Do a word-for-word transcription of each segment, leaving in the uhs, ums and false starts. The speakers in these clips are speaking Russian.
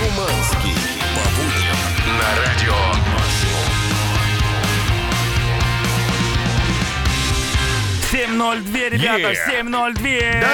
Шуманский. По будням на радио семь ноль два, ребята, Yeah. семь ноль два.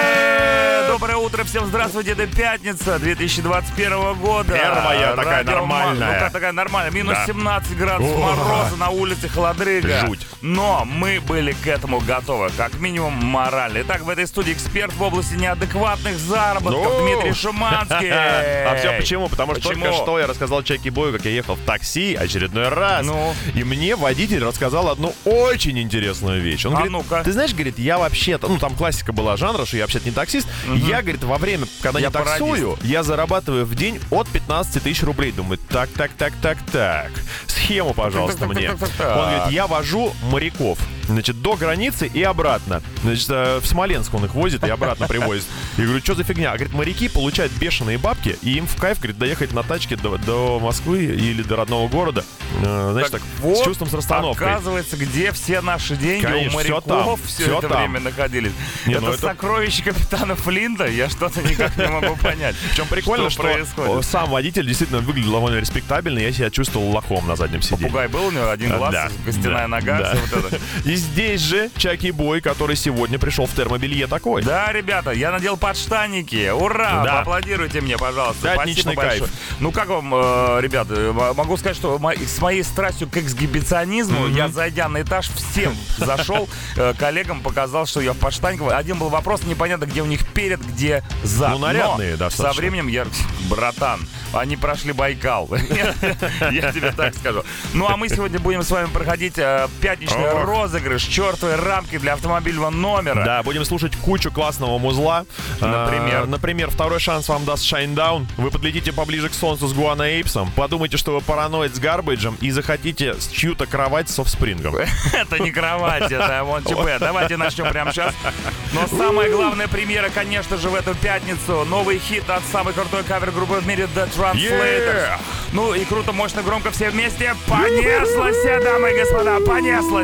Да. Доброе утро, всем здравствуйте, это пятница две тысячи двадцать первого года. Первая такая Радио нормальная. Ма- Ну как такая нормальная, минус Да. семнадцать градусов О. мороза, на улице холодрыга. Жуть. Но мы были к этому готовы, как минимум морально. Итак, в этой студии эксперт в области неадекватных заработков Ну. Дмитрий Шуманский. А все почему? Потому что Почему? только что я рассказал Чаки-бою, как я ехал в такси очередной раз. Ну? И мне водитель рассказал одну очень интересную вещь. Он А говорит, ну-ка. ты знаешь, говорит, я вообще-то, ну там классика была жанра, что я вообще-то не таксист. Я, говорит, во время, когда Я не таксую, я зарабатываю в день от пятнадцати тысяч рублей. Думаю, так, так, так, так, так. Схему, пожалуйста, мне. Он говорит, я вожу моряков. Значит, до границы и обратно. Значит, э, в Смоленск он их возит и обратно привозит. Я говорю, что за фигня? А, говорит, моряки получают бешеные бабки, и им в кайф, говорит, доехать на тачке до, до Москвы или до родного города, э, знаешь, так, вот, с чувством, с расстановкой. Оказывается, где все наши деньги Конечно, у всё моряков там, все, всё это там. время находились. Не, это ну это- сокровище капитана Флинта, я что-то никак не могу понять. Причем прикольно, что что, происходит. сам водитель действительно выглядел довольно респектабельно, я себя чувствовал лохом на заднем сиденье. Попугай был у него, один глаз, Да, костяная да, нога, да. все вот это. И здесь же Чаки-бой, который сегодня пришел в термобелье такой. Да, ребята, я надел подштанники. Ура! Да. Поаплодируйте мне, пожалуйста. Пятничный Спасибо большое. кайф. Ну, как вам, э, ребята, м- могу сказать, что мо- с моей страстью к эксгибиционизму я, зайдя на этаж, всем зашел, э, коллегам показал, что я в подштаниках. Один был вопрос, непонятно, где у них перед, где зад. Ну, нарядные Но достаточно. со временем я... Братан, они прошли Байкал. Я тебе так скажу. Ну, а мы сегодня будем с вами проходить э, пятничный Ох. розыгрыш, чертовой рамки для автомобильного номера. Да, будем слушать кучу классного музла. Например? А, например, второй шанс вам даст Shinedown. Вы подлетите поближе к солнцу с Гуана Эйпсом, подумайте, что вы параноид с Гарбейджем и захотите с чью-то кровать с офспрингом. Это не кровать, это вон ЧП. Давайте начнем прямо сейчас. Но самая главная премьера, конечно же, в эту пятницу. Новый хит от самой крутой кавер-группы в мире The Translators. Yeah! Ну и круто, мощно, громко все вместе. Понеслась, дамы и господа, понеслась.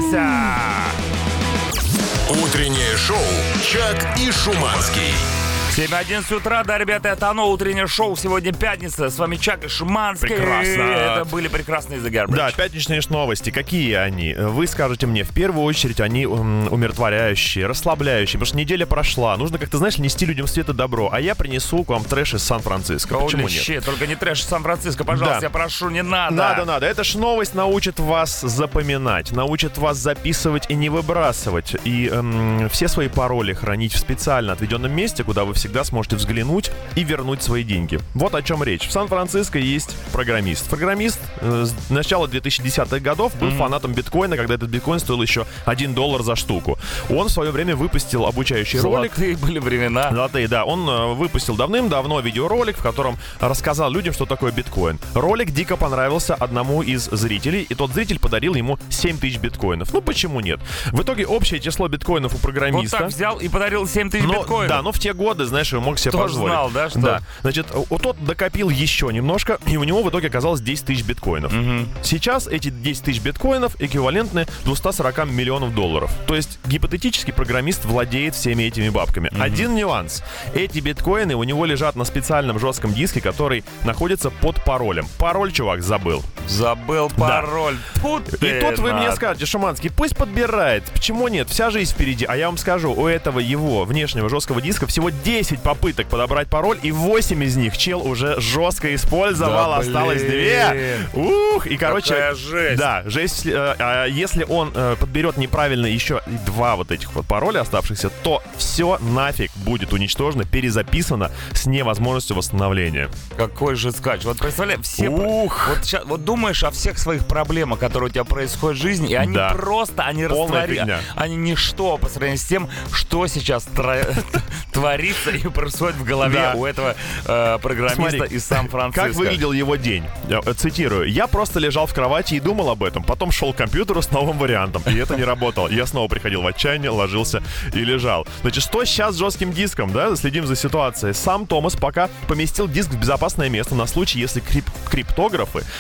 Утреннее шоу «Чак и Шуманский». семь одиннадцать утра, да, ребята, это оно, утреннее шоу. Сегодня пятница, с вами Чак и Шуманский. Прекрасно. Это были прекрасные The Garbage. Да, пятничные ж новости. Какие они? Вы скажете мне, в первую очередь, они м, умиротворяющие, расслабляющие, потому что неделя прошла. Нужно как-то, знаешь, нести людям свет и добро. А я принесу к вам трэш из Сан-Франциско. Почему Holy нет? shit, только не трэш из Сан-Франциско, пожалуйста, Да. я прошу, не надо. Надо, надо. Эта ж новость научит вас запоминать, научит вас записывать и не выбрасывать. И эм, все свои пароли хранить в специально отведенном месте, куда вы всегда сможете взглянуть и вернуть свои деньги. Вот о чем речь. В Сан-Франциско есть программист. Программист э, с начала две тысячи десятых годов был mm-hmm. фанатом биткоина, когда этот биткоин стоил еще один доллар за штуку. Он в свое время выпустил обучающий ролик. Золотые были времена. Золотые, да. Он э, выпустил давным-давно видеоролик, в котором рассказал людям, что такое биткоин. Ролик дико понравился одному из зрителей, и тот зритель подарил ему семь тысяч биткоинов. Ну, почему нет? В итоге общее число биткоинов у Вот программиста... так взял и подарил семь тысяч Но, биткоинов. да, но в те годы, знаешь, он мог себе Тоже позволить. знал, да, что? Да. Значит, у- тот докопил еще немножко, и у него в итоге оказалось десять тысяч биткоинов. Мгм. Сейчас эти десять тысяч биткоинов эквивалентны двумстам сорока миллионов долларов. То есть гипотетически программист владеет всеми этими бабками. Один нюанс. Эти биткоины у него лежат на специальном жестком диске, который находится под паролем. Пароль, чувак, забыл. Забыл пароль. Тьфу И ты, тут вы мне надо. скажете, Шуманский, пусть подбирает. Почему нет? Вся жизнь впереди. А я вам скажу, у этого его внешнего жесткого диска всего десять попыток подобрать пароль, и восемь из них чел уже жестко использовал. Да, Осталось блин. две. Ух, и короче... Какая жесть. Да, жесть. э, а если он э, подберет неправильно еще и два вот этих вот пароля оставшихся, то все нафиг будет уничтожено, перезаписано с невозможностью восстановления. Какой же скач. Вот представляешь, все... Ух. Вот, ща- вот думаешь о всех своих проблемах, которые у тебя происходят в жизни, и они Да. просто, они Полная раствори... фигня. Они ничто по сравнению с тем, что сейчас тро- творится и происходит в голове Да. у этого э, программиста Смотри, из Сан-Франциско. Как выглядел его день? Я, э, цитирую. «Я просто лежал в кровати и думал об этом. Потом шел к компьютеру с новым вариантом. И это не работало. Я снова приходил в отчаяние, ложился и лежал». Значит, что сейчас с жестким диском, да? Следим за ситуацией. Сам Томас пока поместил диск в безопасное место на случай, если крип- криптографы придумают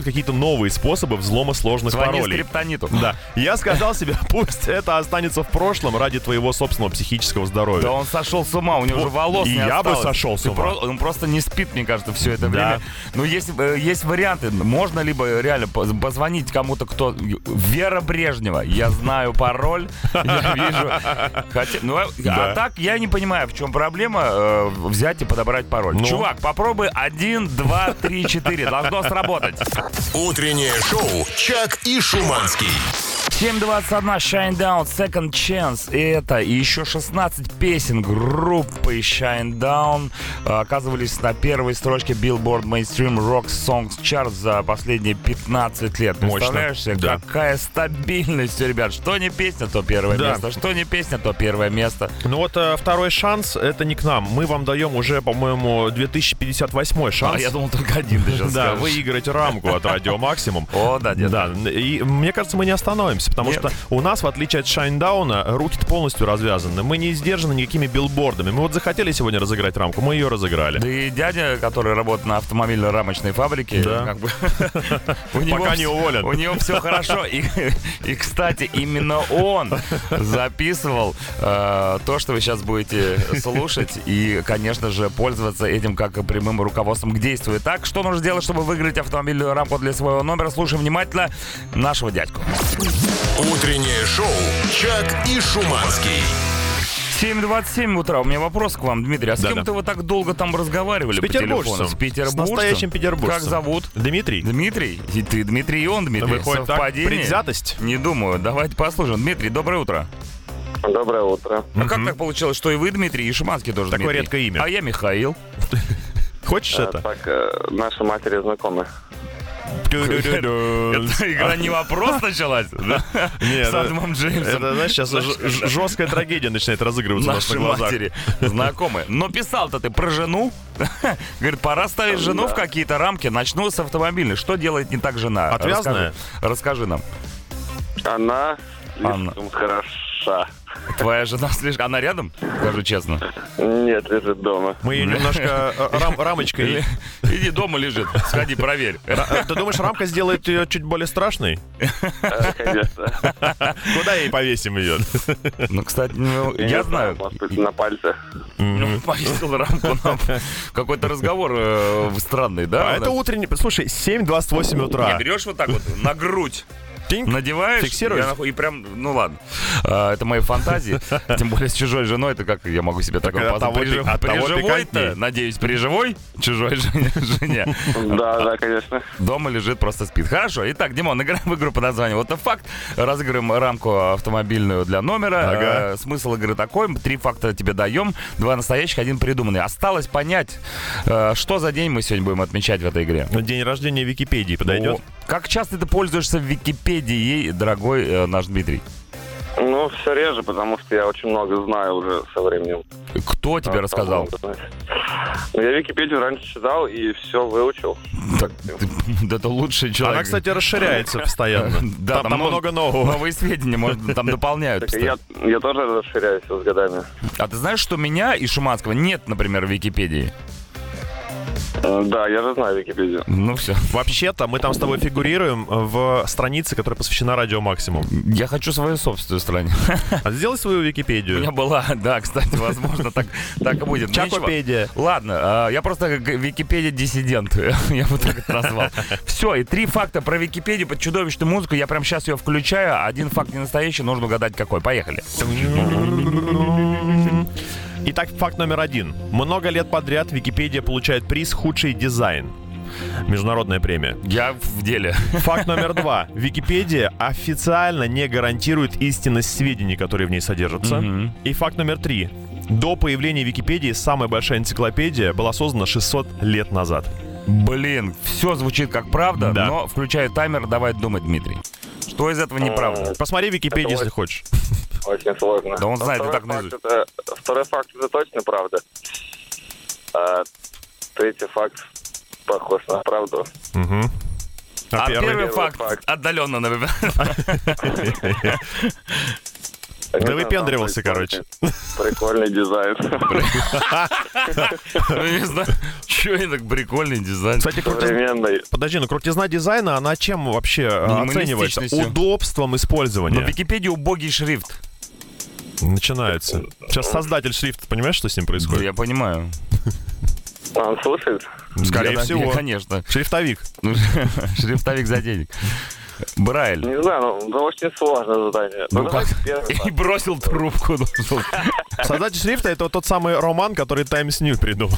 какие-то новые способы взлома сложных Звони паролей. скриптониту. Да. Я сказал себе, пусть это останется в прошлом ради твоего собственного психического здоровья. Да он сошел с ума, у него Вот, уже волос и не я бы осталось. сошел с Ты ума. про- Он просто не спит, мне кажется, все это Да. время. Ну, есть, э, есть варианты. Можно либо реально по- позвонить кому-то, кто... Вера Брежнева. Я знаю пароль, я вижу. Хотя... Ну, а, Да. а так я не понимаю, в чем проблема э, взять и подобрать пароль. Ну? Чувак, попробуй один, два, три, четыре. Должно сработать. Утреннее шоу «Чак и Шуманский». семь двадцать один, Shinedown, Second Chance. И это и еще шестнадцать песен группы Shinedown оказывались на первой строчке Billboard Mainstream Rock Songs Chart за последние пятнадцать лет. Мощно. Представляешь себе, Да. какая стабильность, ребят. Что не песня, то первое Да. место. Что не песня, то первое место. Ну вот э, второй шанс, это не к нам. Мы вам даем уже, по-моему, две тысячи пятьдесят восьмой шанс. А я думал, только один ты сейчас Да, скажешь. выиграть рамку от Радио Максимум. О, да, дед. Да, и мне кажется, мы не остановимся, потому Нет. что у нас, в отличие от Shinedown, руки-то полностью развязаны. Мы не сдержаны никакими билбордами. Мы вот захотели сегодня разыграть рамку, мы ее разыграли. Да и дядя, который работает на автомобильной рамочной фабрике, Да. как бы, у него Пока вс- не уволен. У него все хорошо. И, и, кстати, именно он записывал э, то, что вы сейчас будете слушать. И, конечно же, пользоваться этим как прямым руководством к действию. Так, что нужно сделать, чтобы выиграть автомобильную рамку для своего номера? Слушаем внимательно нашего дядьку. Утреннее шоу «Чак и Шуманский». семь двадцать семь утра. У меня вопрос к вам, Дмитрий. А с Да-да. кем-то вы так долго там разговаривали С по телефону? петербуржцем. С петербуржцем? С настоящим петербуржцем. Как зовут? Дмитрий. Дмитрий? И ты Дмитрий, и он Дмитрий. Выходит так, Совпадение? предвзятость? Не думаю. Давайте послушаем. Дмитрий, доброе утро. Доброе утро. А как так получилось, что и вы Дмитрий, и Шуманский тоже Такое Дмитрий? редкое имя. А я Михаил. Хочешь Э, это? Так, э, наши матери знакомы. Эта игра не вопрос началась? да? Нет, С Адамом Джеймсом. Это, знаешь, сейчас ж- ж- жесткая трагедия начинает разыгрываться у нас Наши на глазах. матери знакомые. Но писал-то ты про жену. Говорит, пора ставить жену в какие-то рамки. Начну с автомобильной. Что делает не так жена? Отвязная? Расскажи, расскажи нам. Она Анна. слишком хороша. Твоя жена слишком... Она рядом? Скажу честно. Нет, лежит дома. Мы ее немножко э, рам- рамочкой... Или- Иди, дома лежит. Сходи, проверь. Ра- Ты думаешь, рамка сделает ее чуть более страшной? Э, Конечно. Куда ей повесим ее? Ну, кстати, ну, Не я знаю. Может быть, на пальце. Ну, повесил рамку нам. Какой-то разговор э, странный, да? А это утренний... Слушай, семь двадцать восемь Не, утра. берешь вот так вот на грудь. Тинь. Надеваешь, Фиксируешь? я нахуй- и прям, ну ладно, А, это мои фантазии, тем более с чужой женой, это как я могу себе такое от того позволить. ты- от При того живой-то, пикантней. надеюсь, при живой чужой жене, жене Да, да, конечно. дома лежит, просто спит. Хорошо, итак, Димон, играем в игру под названием «Вот это факт». Разыграем рамку автомобильную для номера. Ага. Э, Смысл игры такой, три факта тебе даем, два настоящих, один придуманный. Осталось понять, э, что за день мы сегодня будем отмечать в этой игре. День рождения Википедии подойдет? О, как часто ты пользуешься Википедией, дорогой э, наш Дмитрий? Ну, все реже, потому что я очень много знаю уже со временем. Кто тебе А, рассказал? по-моему, Ну, я Википедию раньше читал и все выучил. Так, ты- да это лучший человек. Она, кстати, расширяется постоянно. Да, Там там нов- много нового. Новые сведения, может, там дополняют. Так я, я тоже расширяюсь с годами. А ты знаешь, что меня и Шуманского нет, например, в Википедии? Э, Да, я же знаю Википедию. Ну все. Вообще-то мы там с тобой фигурируем в странице, которая посвящена Радио Максимум. Я хочу свою собственную страницу. А сделай свою У меня Википедию. была, да, кстати, возможно, так, так и будет. Ну, ничего. Чакопедия. Ладно, а, я просто г- Википедия-диссидент, я бы так это назвал. Все, и три факта про Википедию под чудовищную музыку. Я прям сейчас ее включаю. Один факт не настоящий, нужно угадать какой. Поехали. Итак, факт номер один. Много лет подряд Википедия получает приз «Худший дизайн». Международная премия. Я в деле. Факт номер два. Википедия официально не гарантирует истинность сведений, которые в ней содержатся. Мгм. И факт номер три. До появления Википедии самая большая энциклопедия была создана шестьсот лет назад. Блин, все звучит как правда, Да. но включаю таймер, давай думать, Дмитрий. Что из этого неправда? Посмотри Википедию, Это если вот- хочешь. Очень сложно. Да он знает, Второй и так факт наизусть. это- Второй факт это точно правда. А третий факт похож на правду. Мгм. А первый, Первый факт, факт. отдаленно, наверное. Да выпендривался, короче. Прикольный дизайн. Не знаю, что это так прикольный дизайн. Кстати, Современный. подожди, ну крутизна дизайна, она чем вообще оценивается? Минималистичностью. Удобством использования. Но в Википедии убогий шрифт. Начинается. Сейчас создатель шрифта, понимаешь, что с ним Да, происходит? я понимаю. Он слушает? Скорее Я- всего. Конечно. Шрифтовик. Ну, шрифтовик за денег. Брайль. Не знаю, ну, это очень сложное задание. Ну Ну, как? давайте первый. И бросил трубку. Создатель шрифта — это вот тот самый роман, который Times New придумал.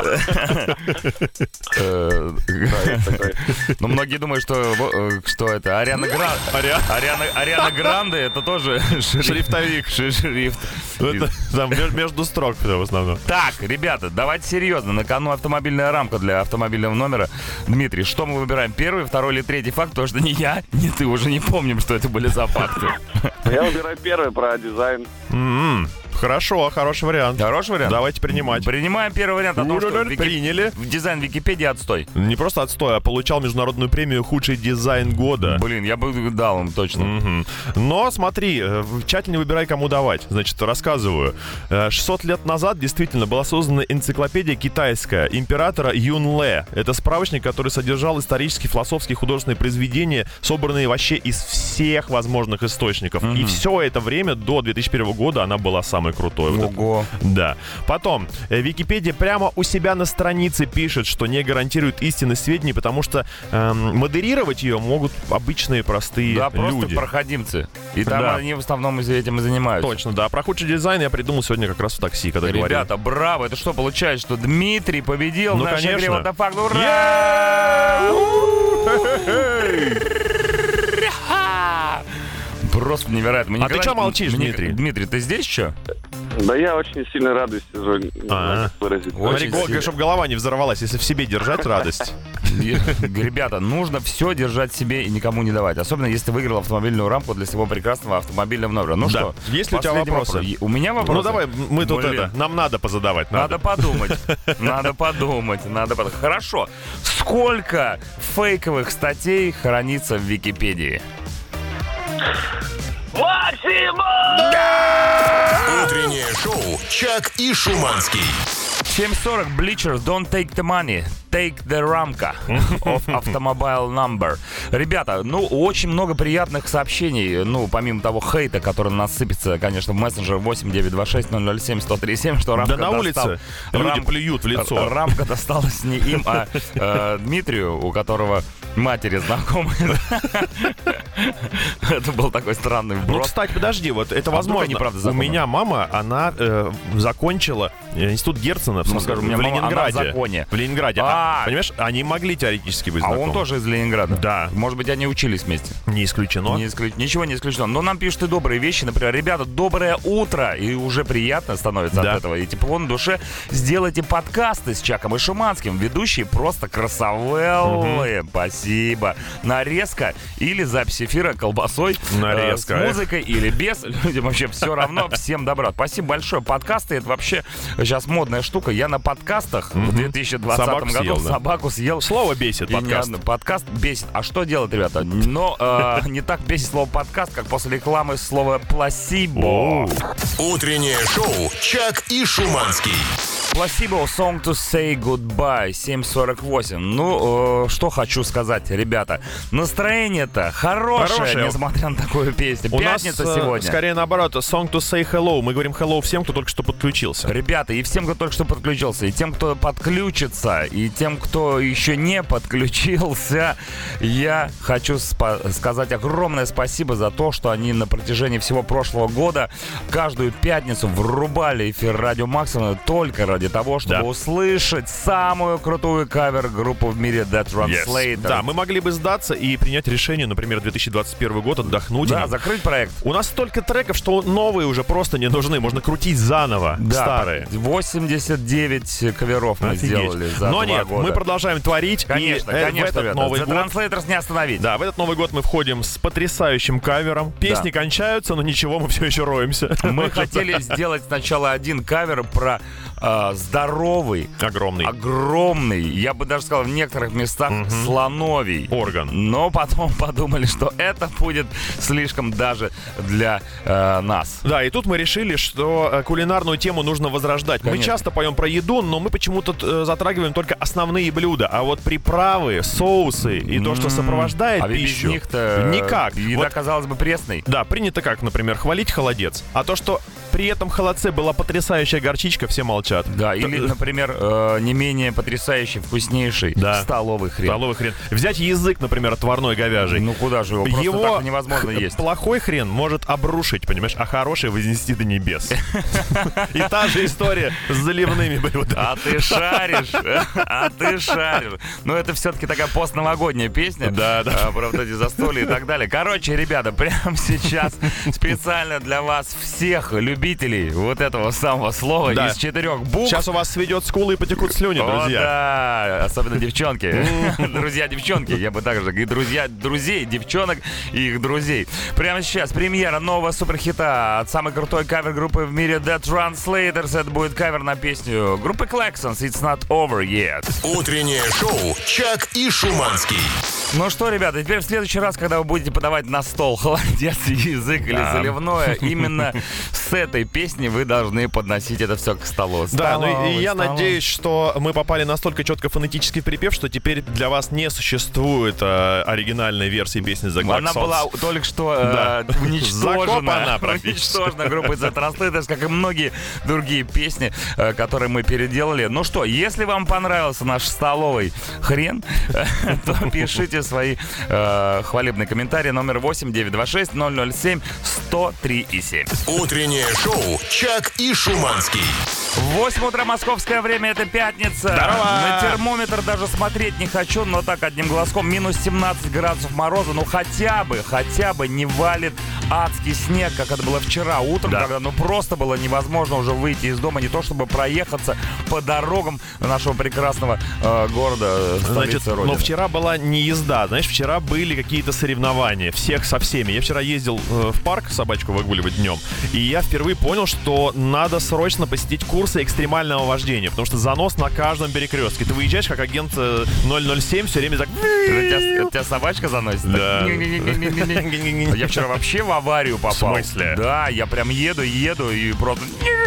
Э, Есть такой. Но многие думают, что э, что это Ариана Гранде. Ариана Ариана Гранде это тоже шрифт- Шрифтовик. ши- шрифт. Это там ме- между строк всё в основном. Так, ребята, давайте серьезно. На кону автомобильная рамка для автомобильного номера. Дмитрий, что мы выбираем? Первый, второй или третий факт? Потому что ни я, ни ты уже не помним, что это были за факты. Я выбираю первый про дизайн. М-м, Хорошо, хороший вариант. Хороший вариант? Давайте принимать. Принимаем первый вариант о том, что в Вики- Приняли. в дизайн Википедии отстой. Не просто отстой, а получал международную премию «Худший дизайн года». Блин, я бы дал им точно. Мгм. Но смотри, э, тщательно выбирай, кому давать. Значит, рассказываю. Э, шестьсот лет назад действительно была создана энциклопедия китайская императора Юнле. Это справочник, который содержал исторические, философские, художественные произведения, собранные вообще из всех возможных источников. И все это время до две тысячи первого года она была самой крутой. Вот это- Ого. Да. Потом, э, Википедия прямо у себя на странице пишет, что не гарантирует истинность сведений, потому что эм, модерировать ее могут обычные простые Да, просто люди. проходимцы. И там Да. они в основном этим и занимаются. Точно, да. Про худший дизайн я придумал сегодня как раз в такси, когда говорил. Ребята, браво! Это что получается, что Дмитрий победил Ну, в нашей игре конечно. «What the fuck?» Ура! Просто невероятно. Мы А ты никогда чё не- молчишь, мы не- Дмитрий? Дмитрий, ты здесь что? Да я очень сильно радуюсь, уже не А. знаю, как выразить. Смотри, Очень сильно. чтобы голова не взорвалась, если в себе держать радость. Ребята, нужно все держать себе и никому не давать. Особенно, если ты выиграл автомобильную рамку для своего прекрасного автомобильного номера. Ну Да. что? Есть ли у тебя последний вопросы? вопрос. У меня вопросы? Ну давай, мы тут Блин. это, нам надо позадавать. Надо Надо. подумать. Надо подумать. Надо подумать. Хорошо. Сколько фейковых статей хранится в Википедии? Утреннее шоу «Чак и Шуманский». семь сорок Bleachers, don't take the money, take the рамка of automobile number. Ребята, ну, очень много приятных сообщений, ну, помимо того хейта, который на нас сыпется, конечно, в мессенджер восемь девятьсот двадцать шесть ноль ноль семь сто тридцать семь, что рамка Да на достал- улице люди рам- плюют в лицо. Рамка досталась не им, а э, Дмитрию, у которого матери знакомые. Это был такой странный Ну, вброс. кстати, подожди, вот это А вдруг возможно. они правда У законные? меня мама, она э, закончила э, институт Герцена в, Ну, смысле, скажем, у меня в мама, она в Ленинграде. законе. В Ленинграде. А. А, понимаешь, они могли теоретически быть А знакомы. он тоже из Ленинграда? Да. Может быть, они учились вместе? Не исключено. Не исключ- Ничего не исключено. Но нам пишут и добрые вещи. Например, ребята, доброе утро. И уже приятно становится Да. от этого. И тепло на душе. Сделайте подкасты с Чаком и Шуманским. Ведущие просто красавеллы. Спасибо. Нарезка или запись эфира колбасой. Нарезка, э, эх. с музыкой или без. Людям вообще все равно. Всем добра. Спасибо большое. Подкасты — это вообще сейчас модная штука. Я на подкастах в две тысячи двадцатом Собаку году съел, да. собаку съел. Слово бесит И не подкаст. одно- подкаст бесит. А что делать, ребята? Но э, не так бесит слово подкаст, как после рекламы слово пласибо. Оу. Утреннее шоу «Чак и Шуманский». Пласибо, song to say goodbye, семь сорок восемь. Ну, э, что хочу сказать, ребята. Настроение-то хорошее, Хорошее. несмотря на такую песню. У Пятница нас, э, сегодня. скорее наоборот, song to say hello. Мы говорим hello всем, кто только что подключился. Ребята, и всем, кто только что подключился, и тем, кто подключится, и тем, кто еще не подключился, я хочу спа- сказать огромное спасибо за то, что они на протяжении всего прошлого года каждую пятницу врубали эфир Радио Максимум только ради того, чтобы Да. услышать самую крутую кавер-группу в мире The Yes. Translator. Да, мы могли бы сдаться и принять решение, например, две тысячи двадцать первый год, отдохнуть. Да, И- закрыть проект. У нас столько треков, что новые уже просто не нужны. Можно крутить заново Да, старые. восемьдесят девять каверов мы Офигеть. сделали за Но два нет, года. мы продолжаем творить. Конечно, и, э, конечно, в этот ребята. Новый The год. Translators не остановить. Да, в этот Новый год мы входим с потрясающим кавером. Песни Да. кончаются, но ничего, мы все еще роемся. Мы хотели сделать сначала один кавер про э, э, здоровый, Огромный. огромный, я бы даже сказал, в некоторых местах Мгм. слоновий Орган. Но потом подумали, что это будет слишком даже для э, нас. Да, и тут мы решили, что э, кулинарную тему нужно возрождать. Мы Конечно. часто поем про еду, но мы почему-то э, затрагиваем только основные блюда. А вот приправы, соусы и то, что М, сопровождает а ведь без пищу, них-то никак. еда, Вот, казалось бы, пресной. да, принято как, например, хвалить холодец. А то, что при этом холодце была потрясающая горчичка, все молчат. Да, Т- или, например, э, не менее потрясающий, вкуснейший Да. столовый хрен. Столовый хрен. Взять язык, например, отварной говяжий. Ну куда же его? Просто Его так невозможно х- есть. плохой хрен может обрушить, понимаешь, а хороший вознести до небес. И та же история с заливными блюдами. А ты шаришь, а ты шаришь. Ну, это все-таки такая постновогодняя песня. Да, да. а, Про вот эти застолья и так далее. Короче, ребята, прямо сейчас специально для вас всех любителей вот этого самого слова Да. из четырех букв. Сейчас у вас сведет скулы и потекут слюни, О, друзья. да, особенно девчонки. Друзья, девчонки, я бы также и друзья, друзей, девчонок и их друзей. Прямо сейчас премьера нового суперхита от самой крутой кавер-группы в мире The Translators. Это будет кавер на песню группы Klaxons It's Not Over Yet. Утреннее шоу «Чак и Шуманский». Ну что, ребята, теперь в следующий раз, когда вы будете подавать на стол холодец, язык или Да. заливное, именно с этой песни вы должны подносить это все к столу. Да, ну и- и Столовый, я столовый. надеюсь, что мы попали настолько четко в фонетический припев, что теперь для вас не существует э, оригинальной версии песни The Klaxons. Она была только что э, Да. уничтожена, Закопана практически. уничтожена группой The Translators, как и многие другие песни, э, которые мы переделали. Ну что, если вам понравился наш столовый хрен, то пишите свои э, хвалебные комментарии. Номер восемь девятьсот двадцать шесть ноль ноль семь сто три и семь. Утреннее шоу «Чак и Шуманский». восемь утра московское время, это пятница. Здорово! На термометр даже смотреть не хочу, но так одним глазком минус семнадцать градусов мороза. Ну хотя бы, хотя бы не валит адский снег, как это было вчера утром, Да. когда ну просто было невозможно уже выйти из дома, не то чтобы проехаться по дорогам нашего прекрасного э, города, э, столицы Значит, Родины. но вчера была не езда, знаешь, вчера были какие-то соревнования, всех со всеми. Я вчера ездил э, в парк собачку выгуливать днем, и я впервые понял, что надо срочно посетить курсы экстремального вождения, потому что занос на каждом перекрестке. Ты выезжаешь как агент э, ноль ноль семь, все время так... Это тебя, это тебя собачка заносит? Да. Так, не-не-не-не-не-не. Я вчера вообще в аварию попал. В смысле? Да, я прям еду, еду и просто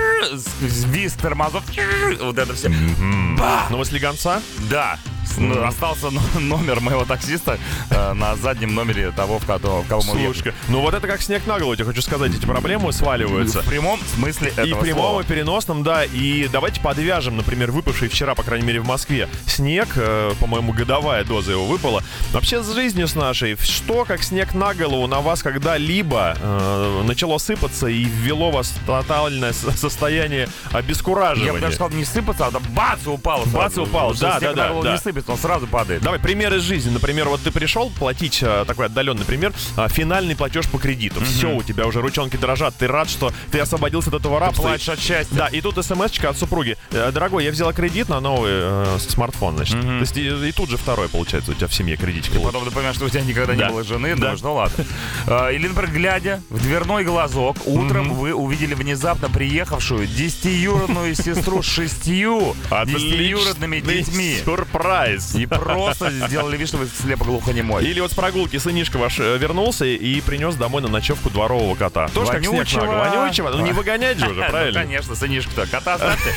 визг тормозов. Вот это все. Бах! Ну, вы слегонца? Да. Ну, остался но- номер моего таксиста э, на заднем номере того, в кого, в кого мы уехали. Слушай, ну вот это как снег на голову, я тебе хочу сказать, эти проблемы сваливаются. В прямом смысле этого И в прямом, слова. и переносном, да. И давайте подвяжем, например, выпавший вчера, по крайней мере, в Москве снег. э, По-моему, годовая доза его выпала. Вообще с жизнью с нашей. Что, как снег на голову, на вас когда-либо э, начало сыпаться и ввело вас в тотальное с- состояние Я обескураживания? бы даже сказал, не сыпаться, а да бац, и упал. Бац, и сразу. упал, Потому что да, снег да, на голову да, не да. сыпется, он сразу падает. Давай, пример из жизни. Например, вот ты пришел платить, э, такой отдаленный пример, э, финальный платеж по кредиту. Все, у тебя уже ручонки дрожат, ты рад, что ты освободился от этого рабства. Плачешь от счастья. Да, и тут смс-очка от супруги. «Э, Дорогой, я взяла кредит на новый э, смартфон, значит. То есть и, и тут же второй, получается, у тебя в семье кредитик. Потом ты понимаешь, что у тебя никогда Да. не было жены, Да. думаешь, ну ладно. А, Или, например, глядя в дверной глазок, утром вы увидели внезапно приехавшую десятиюродную сестру с шестью десятиюродными детьми. Сюрприз. И просто сделали вид, что вы слепо-глухонемой. Или вот с прогулки сынишка ваш э, вернулся и принес домой на ночевку дворового кота. Тоже как снег Вонючего. на голову. Вонючего. Ну не выгонять же уже, Ну, правильно? конечно, сынишка-то. Кота оставьте.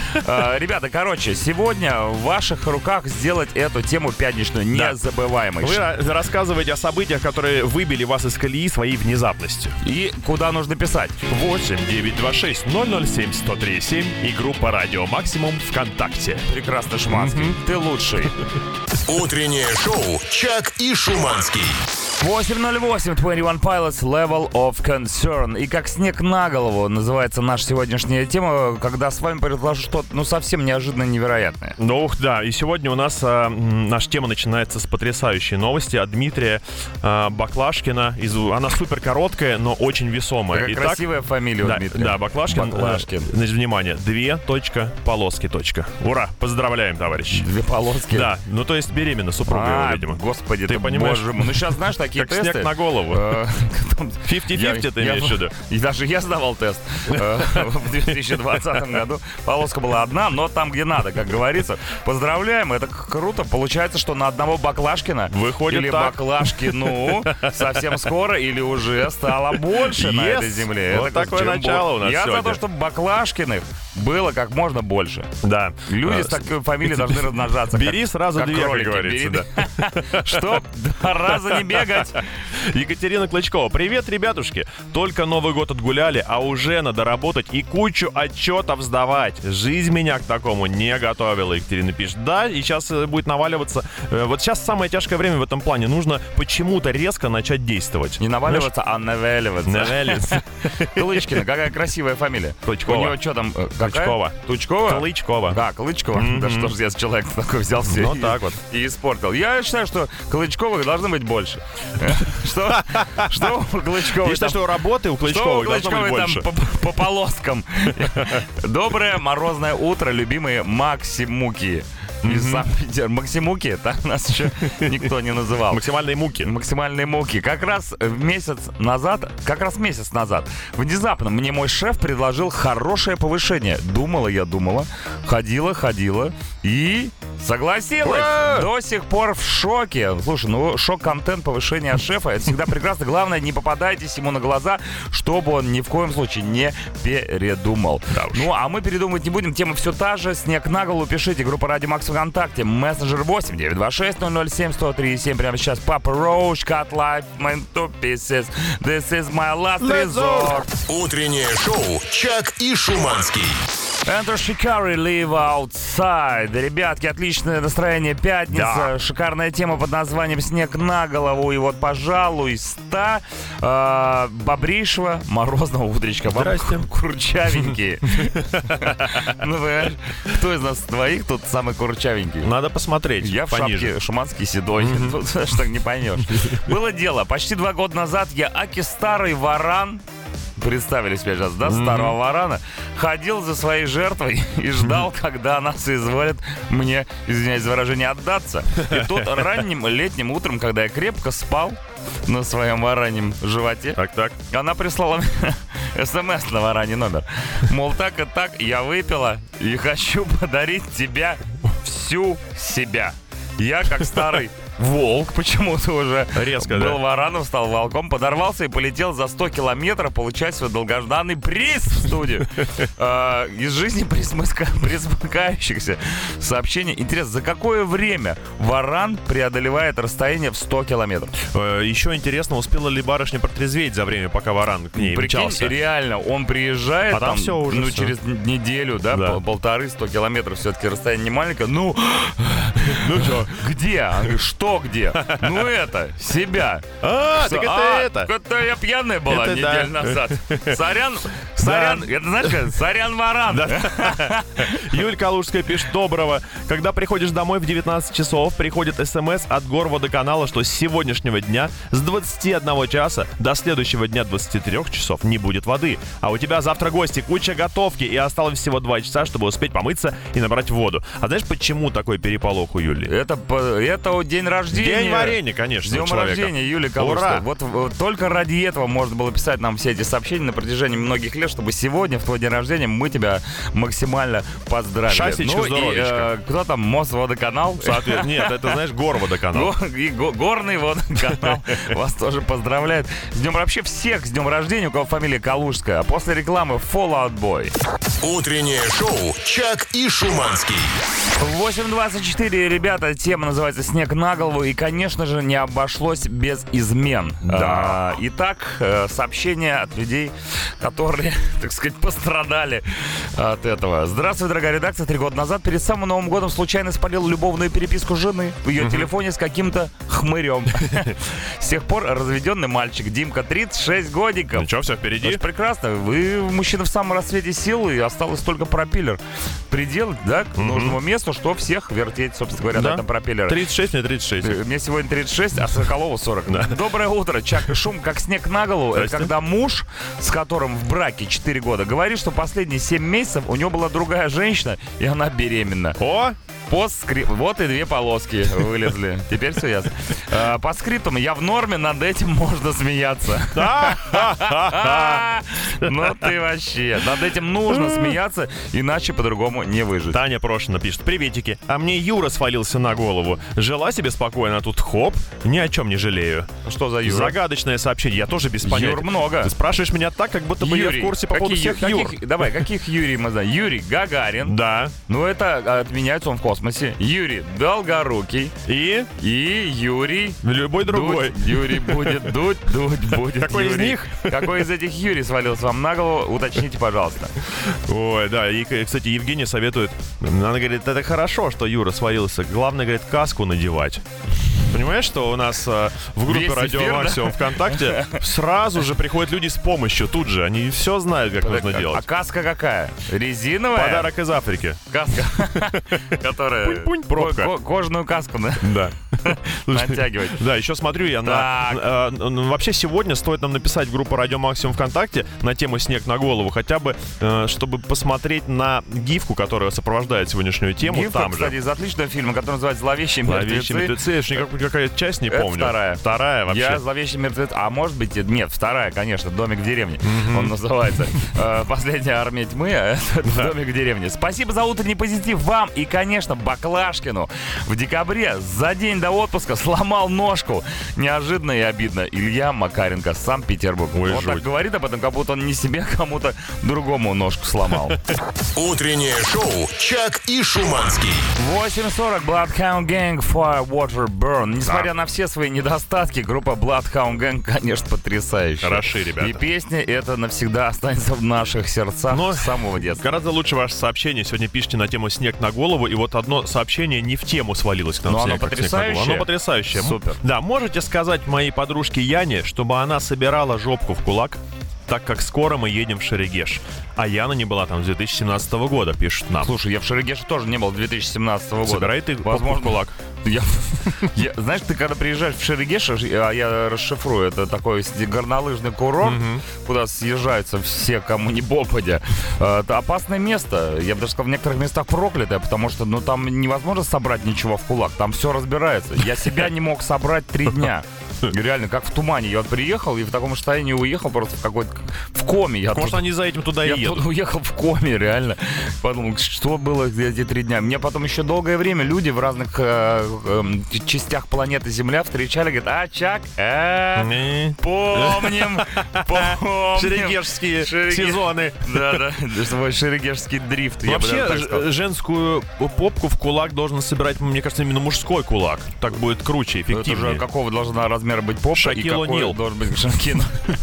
А, Ребята, короче, сегодня в ваших руках сделать эту тему пятничную Да. незабываемой. Вы ра- рассказываете о событиях, которые выбили вас из колеи своей внезапностью. И куда нужно писать? восемь девятьсот двадцать шесть ноль ноль семь сто три семь и группа Радио Максимум ВКонтакте. Прекрасно, Шуманский. Ты лучший. Утреннее шоу «Чак и Шуманский». восемь ноль восемь, двадцать один Pilots, Level of Concern. И как снег на голову называется наша сегодняшняя тема, когда с вами произошло что-то, ну, совсем неожиданно невероятное. Ну, ух, да. И сегодня у нас а, м, наша тема начинается с потрясающей новости от Дмитрия а, Баклашкина. Из, она супер короткая, но очень весомая. Какая Итак, красивая фамилия у да, Дмитрия. да, Баклашкин. Баклашкин. А, значит, внимание. Две точка полоски точка. Ура! Поздравляем, товарищ. Две полоски. Физически? Да, ну то есть беременна супруга его, А, видимо. господи, Ты ты понимаешь? боже мой. Ну сейчас, знаешь, такие Как тесты. снег на голову. э, там, пятьдесят я- на пятьдесят ты я- имеешь в виду? И даже я сдавал тест э, в две тысячи двадцатом году. Полоска была одна, но там, где надо, как говорится. Поздравляем, это к- круто. Получается, что на одного Баклашкина Выходит или так. Баклашкину совсем скоро или уже стало больше на Yes. этой земле. Вот Это как- такое чем начало бо- у нас Я за сегодня. то, чтобы Баклашкиных было как можно больше. Да. Люди Э, с такой фамилией должны размножаться. Бери как- сразу как две, как кролики. говорится, Бери- Чтоб два раза не бегать. Екатерина Клычкова. Привет, ребятушки. Только Новый год отгуляли, а уже надо работать и кучу отчетов сдавать. Жизнь меня к такому не готовила, Екатерина пишет. Да, и сейчас э, будет наваливаться. Э, Вот сейчас самое тяжкое время в этом плане. Нужно почему-то резко начать действовать. Не наваливаться, а наваливаться. Наваливаться. Клычкина, какая красивая фамилия. Клычкова. У него что там? э, какая? Клычкова. Тучкова? Клычкова. Да, Клычкова. Мгм. Да что ж я с человек такой взял все Ну, и, так вот. и испортил. Я считаю, что Клычковых должно быть больше. Что? Что у Клычковой Я считаю, там- что работы у Что у Клычковой должно быть Клычковой больше. там по, по полоскам? Доброе морозное утро, любимые Максимуки. Из Санкт-Петербурга. Максимуки, так нас еще никто не называл. Максимальные муки. Максимальные муки. Как раз месяц назад, как раз месяц назад, внезапно мне мой шеф предложил хорошее повышение. Думала я, думала, ходила, ходила и согласилась. Ура! До сих пор в шоке. Слушай, ну шок-контент повышения от шефа, это всегда прекрасно. Главное, не попадайтесь ему на глаза, чтобы он ни в коем случае не передумал. Да уж. Ну, а мы передумывать не будем. Тема все та же. Снег на голову. Пишите. Группа Радио Макс ВКонтакте. Мессенджер восемь девятьсот двадцать шесть ноль ноль семь сто три семь. Прямо сейчас. Папа Роуч, Cut Life, Man to Pieces. This is my last resort. Утреннее шоу «Чак и Шуманский». Enter Shikari, Live Outside. Ребятки, отличное настроение. Пятница. Да. Шикарная тема под названием «Снег на голову». И вот, пожалуй, ста э, Бобришева, морозного утречка. Вам Здрасте. курчавенькие. Ну, понимаешь, кто из нас двоих тут самый курчавенький? Надо посмотреть. Я в пониже. шапке Шуманский седой. Тут что так не поймешь. Было дело. Почти два года назад я Аки старый варан, представили себе сейчас, да, старого варана, ходил за своей жертвой и ждал, когда она соизволит мне, извиняюсь за выражение, отдаться. И тут ранним летним утром, когда я крепко спал на своем вараньем животе, Так, так. она прислала мне смс на вараний номер. Мол, так и так, я выпила и хочу подарить тебе всю себя. Я, как старый волк, почему-то уже Резко, был да? вараном, стал волком, подорвался и полетел за сто километров получать свой долгожданный приз в студию. А, Из жизни присмыска- присмыкающихся сообщений. Интересно, за какое время варан преодолевает расстояние в сто километров? Э, Еще интересно, успела ли барышня протрезветь за время, пока варан к ней Прикинь, мчался? реально, он приезжает А там там, всё уже, ну, всё. через неделю, да, Да. пол- полторы, сто километров, все-таки расстояние не маленькое. Ну, ну что, где? Она говорит, что где? Ну это, себя. А, так это А, это. это я пьяная была Это неделю да. назад. Сорян, сорян, это знаешь как? Сорян варан. Юль Калужская пишет: доброго. Когда приходишь домой в девятнадцать часов, приходит смс от Горводоканала, что с сегодняшнего дня с двадцати одного часа до следующего дня двадцати трёх часов не будет воды. А у тебя завтра гости, куча готовки, и осталось всего два часа, чтобы успеть помыться и набрать воду. А знаешь, почему такой переполох у Юли? Это, по- это день рождения. День варенья, конечно, С днем у человека. рождения, Юлия Калужская. Ура! Вот, вот только ради этого можно было писать нам все эти сообщения на протяжении многих лет, чтобы сегодня, в твой день рождения, мы тебя максимально поздравили. Шасечка, ну и здоровечка. э, кто там, Мосводоканал? Соответственно, нет, это, знаешь, Горводоканал. Го- И го- горный водоканал вас тоже поздравляет. С днем вообще всех с днем рождения, у кого фамилия Калужская. А после рекламы Fallout Boy. Утреннее шоу «Чак и Шуманский». восемь двадцать четыре, ребята, тема называется «Снег на голову», и, конечно же, не обошлось без измен. Да. А, итак, э, сообщение от людей, которые, так сказать, пострадали от этого. Здравствуй, дорогая редакция. Три года назад, перед самым Новым годом, случайно спалил любовную переписку жены в ее телефоне с каким-то хмырем. С тех пор разведенный мальчик Димка, тридцать шесть годиков. Ну что, все впереди? Это прекрасно. Вы мужчина в самом расцвете сил, и осталось только пропеллер приделать, да, к нужному месту, что всех вертеть, собственно говоря, Да. на этом пропеллере. тридцать шесть, мне тридцать шесть. Э, Мне сегодня тридцать шесть, а Соколову сорок. Доброе утро, Чак и Шум, как снег на голову. Это Здрасте. когда муж, с которым в браке четыре года, говорит, что последние семь месяцев у него была другая женщина, и она беременна. О, Постскрип... Вот и две полоски вылезли. Теперь все ясно. А, по скриптам я в норме, над этим можно смеяться. Ну ты вообще. Над этим нужно смеяться, иначе по-другому не выжить. Таня Прошина пишет: приветики, а мне Юра свалился на голову. Жила себе спокойно, а тут хоп, ни о чем не жалею. Что за Юра? Загадочное сообщение, я тоже без понятия. Юр много. Ты спрашиваешь меня так, как будто бы Юрий. я в курсе по поводу Какие, всех Юр. каких, давай, каких Юрий мы знаем? Юрий Гагарин. Да. Ну это отменяется он в космосе. Юрий Долгорукий. И? И Юрий... Любой другой. Дудь. Юрий будет дуть, дуть будет Какой Юрий. из них? Какой из этих Юрий свалился вам на голову? Уточните, пожалуйста. Ой, да, и, кстати, Евгений советует, она говорит, это хорошо, что Юра свалился, главное, говорит, каску надевать. Понимаешь, что у нас э, в группе Весь Радио эфир, Максимум да? ВКонтакте сразу же приходят люди с помощью, тут же, они все знают, как нужно А делать. каска какая? Резиновая? Подарок из Африки. Каска, которая... Пунь-пунь, пробка. ко- Кожаную каску да? Да. натягивать. Да, еще смотрю я на... э, ну, вообще сегодня стоит нам написать в группу Радио Максимум ВКонтакте на тему «Снег на голову», хотя бы, э, чтобы посмотреть на гифку, которая сопровождает сегодняшнюю тему. Гифка, там кстати, же. из отличного фильма, который называется «Зловещие мертвецы». «Зловещие мертвецы». Я же никак- какая часть не Это помню. вторая. Вторая вообще. Я «Зловещий мертвец». А может быть, нет, вторая, конечно, «Домик в деревне». Он называется. Э, «Последняя армия тьмы», а это «Домик в деревне». Спасибо за утренний позитив вам и, конечно, Баклашкину. В декабре за день до отпуска сломал ножку. Неожиданно и обидно. Илья Макаренко, Санкт-Петербург. Ой, он жуть. так говорит об этом, как будто он не себе, а кому-то другому ножку сломал. Утреннее шоу «Чак и Шуманский». восемь сорок Bloodhound Gang Fire Water Burn. Несмотря на все свои недостатки, группа Bloodhound Gang, конечно, потрясающая. Хороши, ребята. И песня эта навсегда останется в наших сердцах Но с самого детства. Гораздо лучше ваше сообщение. Сегодня пишите на тему «Снег на голову», и вот одно сообщение не в тему свалилось к нам. Но оно снег, как снег на голову. потрясающее. Оно потрясающее. Супер. Да, можете сказать моей подружке Яне, чтобы она собирала жопку в кулак, так как скоро мы едем в Шерегеш. А Яна не была там с две тысячи семнадцатого года, пишет нам. Слушай, я в Шерегеше тоже не был с две тысячи семнадцатого года. Собирай ты попку Возможно, в кулак. Я, я, знаешь, ты когда приезжаешь в Шерегеш, а я расшифрую, это такой горнолыжный курорт, куда съезжаются все, кому не попадя. Это опасное место. Я бы даже сказал, в некоторых местах проклятое, потому что ну, там невозможно собрать ничего в кулак. Там все разбирается. Я себя не мог собрать три дня. Реально, как в тумане. Я вот приехал и в таком состоянии уехал просто в какой-то... В коме. Я Может, тут, они за этим туда я и едут. тут уехал в коме, реально. Подумал, что было эти три дня. Меня потом еще долгое время люди в разных э, э, частях планеты Земля встречали. Говорят, а, Чак, э, М. помним, помним. Шерегешские Шереге- сезоны. Да-да, свой шерегешский дрифт. я бы Вообще, даже так ж- сказал. женскую попку в кулак должен собирать, мне кажется, именно мужской кулак. Так будет круче, Ну, это эффективнее. же какого должна размера быть попа и Шакил какой О'Нил. должен быть Шакил.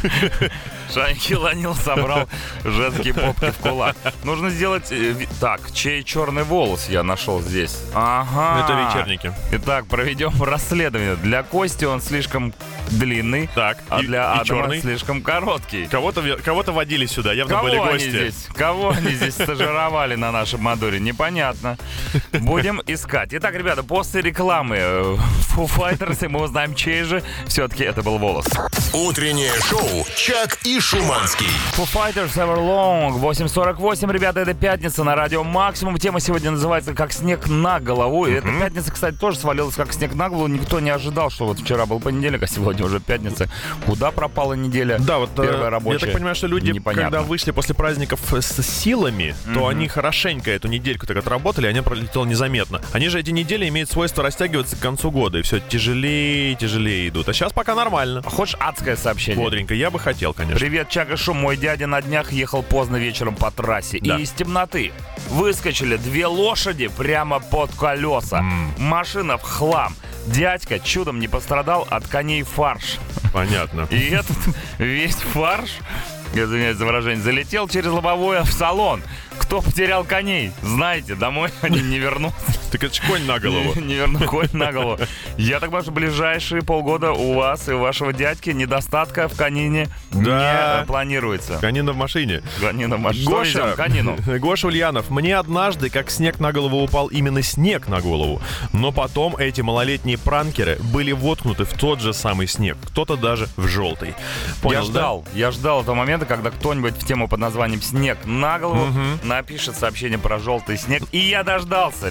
Шакил О'Нил собрал женские попки в кулак. Нужно сделать... э, ви- Так, чей черный волос я нашел здесь? Ага. Это вечерники. Итак, проведем расследование. Для Кости он слишком длинный, Так, а и- для и Адама черный? слишком короткий. Кого-то, ве- кого-то водили сюда, явно Кого были они гости. здесь? Кого они здесь стажировали на нашем Мадуре? Непонятно. Будем искать. Итак, ребята, после рекламы э, Foo Fighters, и мы узнаем, чей же все-таки это был волос. Утреннее шоу «Чак и Шуманский». Foo Fighters Everlong, восемь сорок восемь, ребята, это пятница на радио Максимум. Тема сегодня называется «Как снег на голову». И эта пятница, кстати, тоже свалилась как снег на голову. Никто не ожидал, что вот вчера был понедельник, а сегодня уже пятница. Куда пропала неделя? Да, вот э, Первая я рабочая. так понимаю, что люди, Непонятно. когда вышли после праздников с силами, то они хорошенько эту недельку так отработали, они пролетело незаметно. Они же эти недели имеют свойство растягиваться к концу года, и все тяжелее и тяжелее идут. А сейчас пока нормально. Хочешь адское сообщение? Бодренько, я бы хотел, конечно. Привет, Чак и Шум. Мой дядя на днях ехал поздно вечером по трассе. Да. И из темноты выскочили две лошади прямо под колеса. Машина в хлам. Дядька чудом не пострадал, от коней фарш. Понятно. И этот весь фарш, извиняюсь за выражение, залетел через лобовое в салон. Кто потерял коней? Знаете, домой они не вернутся. Так это ж конь на голову. Не верну конь на голову. Я так понимаю, что ближайшие полгода у вас и у вашего дядьки недостатка в конине Да. не планируется. Конина в машине. Конина в машине. Гоша, Везем конину. Гоша Ульянов, мне однажды, как снег на голову упал, именно снег на голову. Но потом эти малолетние пранкеры были воткнуты в тот же самый снег. Кто-то даже в желтый. Понял, Я ждал, я ждал этого момента, когда кто-нибудь в тему под названием «Снег на голову» напишет сообщение про желтый снег. И я дождался, ребята. Но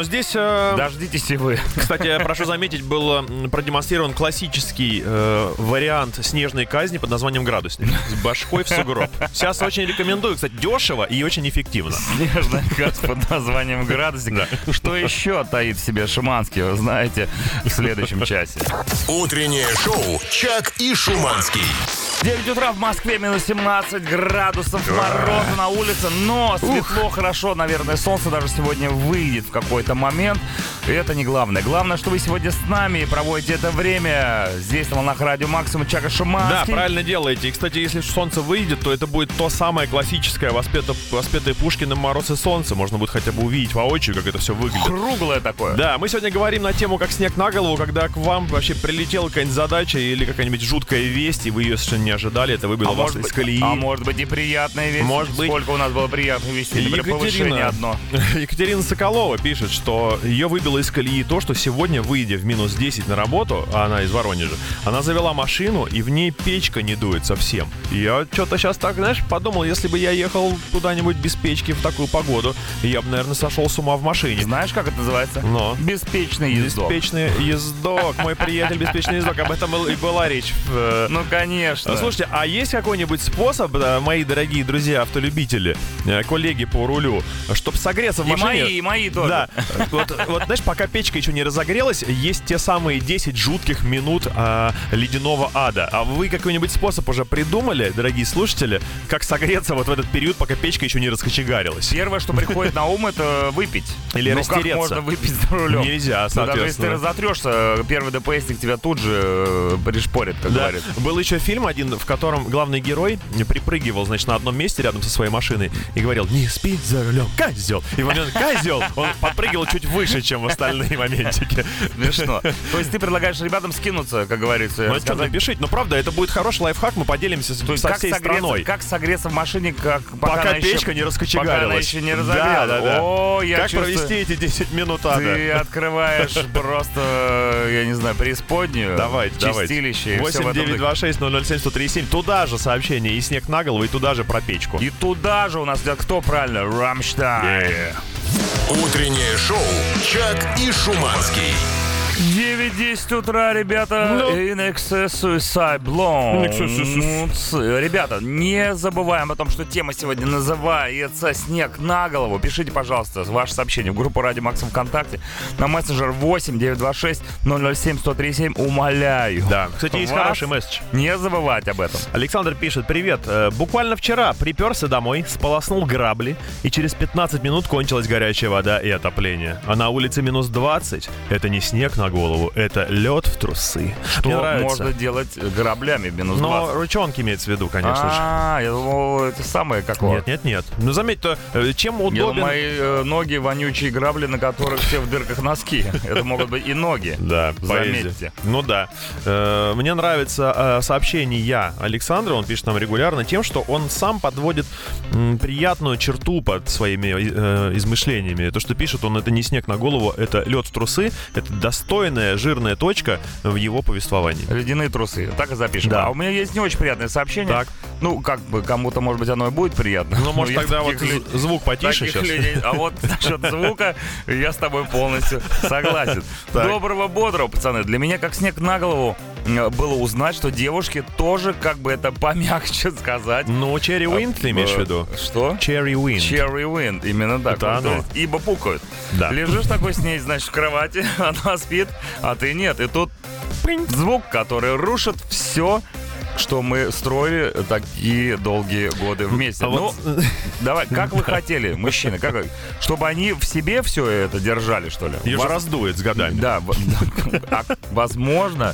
здесь... Э, Дождитесь и вы. Кстати, прошу заметить, был м, продемонстрирован классический э, вариант снежной казни под названием «Градусник». С башкой в сугроб. Сейчас очень рекомендую, кстати, дешево и очень эффективно. Снежная казнь под названием «Градусник». Да. Что еще таит в себе Шуманский, вы знаете, в следующем часе. Утреннее шоу «Чак и Шуманский». девять утра в Москве, минус семнадцать градусов мороза на улице, но светло, хорошо, наверное, солнце даже сегодня выйдет в какой-то момент. И это не главное. Главное, что вы сегодня с нами проводите это время здесь на волнах Радио Максимум, Чак и Шуманский. Да, правильно делаете. И, кстати, если солнце выйдет, то это будет то самое классическое, воспето, воспетое Пушкиным «Мороз и солнце». Можно будет хотя бы увидеть воочию, как это все выглядит. Круглое такое. Да, мы сегодня говорим на тему «Как снег на голову», когда к вам вообще прилетела какая-нибудь задача или какая-нибудь жуткая весть, и вы ее совершенно не ожидали, это выбило А вас может из быть, колеи. а может быть и приятная весть. Может быть. Сколько у нас было приятных вестей. Например, повышение одно. Екатерина Соколова пишет, что ее выбило из колеи то, что сегодня, выйдя в минус десять на работу, а она из Воронежа, она завела машину, и в ней печка не дует совсем. И я что-то сейчас так, знаешь, подумал, если бы я ехал куда-нибудь без печки в такую погоду, я бы, наверное, сошел с ума в машине. Знаешь, как это называется? Но. Беспечный ездок. Беспечный ездок, мой приятель беспечный ездок, об этом и была речь. Ну, конечно. Слушайте, а есть какой-нибудь способ, мои дорогие друзья, автолюбители, коллеги по рулю, чтобы согреться в и машине? мои, и мои тоже. Да. Вот, вот, знаешь, пока печка еще не разогрелась, есть те самые десять жутких минут а, ледяного ада. А вы какой-нибудь способ уже придумали, дорогие слушатели, как согреться вот в этот период, пока печка еще не раскочегарилась? Первое, что приходит на ум, это выпить. Или ну, растереться. как можно выпить за рулем? Нельзя, Ну, даже если ты соответственно. разотрешься, первый ДПСник тебя тут же э, пришпорит, как Да. говорит. Был еще фильм один, в котором главный герой припрыгивал, значит, на одном месте рядом со своей машиной и говорил: «Не спи за рулем, козел!» И в момент «козел» он подпрыгивал чуть выше, чем в остальные моментики. Смешно. То есть ты предлагаешь ребятам скинуться, как говорится, Ну, что, напишите. Ну, правда, это будет хороший лайфхак, мы поделимся с- То есть со как всей согреться, страной. как согреться в машине, как, пока, Пока она печка еще, не раскочегарилась. Пока она еще не разогрелась. Да, да, да. О, я Как чувствую, провести эти десять минут ада? ты открываешь просто, я не знаю, преисподнюю. Давайте, давайте. Чистилище. и всё в восемь этом девять два шесть ноль ноль семь сто тридцать семь. Туда же сообщение и снег на голову, и туда же про печку. И туда же у нас идет кто правильно? Рамштайн. Утреннее шоу «Чак и Шуманский». девять десять утра, ребята. Ну. In excess suicide blown. In excess Ц- Ребята, не забываем о том, что тема сегодня называется «Снег на голову». Пишите, пожалуйста, ваше сообщение в группу Радио Максимум ВКонтакте на мессенджер восемь девять два шесть ноль ноль семь сто тридцать семь. Умоляю. Да, кстати, есть вас хороший месседж. Не забывать об этом. Александр пишет: «Привет, э, буквально вчера приперся домой, сполоснул грабли, и через пятнадцать минут кончилась горячая вода и отопление. А на улице минус двадцать. Это не снег на голову, это лед в трусы». Мне Что нравится. можно делать граблями минус Но двадцать? ручонки имеется в виду, конечно же. А, я думал, это самое какое. Нет, нет, нет. Ну, заметь-то, э, чем Я думаю, удобен... мои э, ноги вонючие грабли, на которых все в дырках носки. Это могут быть и ноги. Да, поэзия. Заметьте. Ну да. Э, мне нравится э, сообщение Александра, он пишет нам регулярно, тем, что он сам подводит м, приятную черту под своими э, измышлениями. То, что пишет он, это не снег на голову, это лед в трусы, это достойная жирная точка в его повествовании. Ледяные трусы. Так и запишем. Да. А у меня есть не очень приятное сообщение. Так. Ну, как бы кому-то, может быть, оно и будет приятно. Ну, может, Но я тогда вот таких лю- з- звук потише таких сейчас. людей- А вот насчет звука я с тобой полностью согласен. Так. Доброго, бодрого, пацаны. Для меня как снег на голову э, было узнать, что девушки тоже, как бы это помягче сказать. Ну, Cherry Wind ты имеешь в э, виду? Что? Cherry Wind. Cherry Wind, именно так. Это Вот, то оно. есть, ибо пукают. Да. Лежишь такой с ней, значит, в кровати, она спит, а ты нет. И тут звук, который рушит все, что мы строили такие долгие годы вместе. А Ну, вот- давай, как вы хотели, мужчины, как вы- чтобы они в себе все это держали, что ли? Ее же Вас- раздует с годами. Да, в- а, возможно,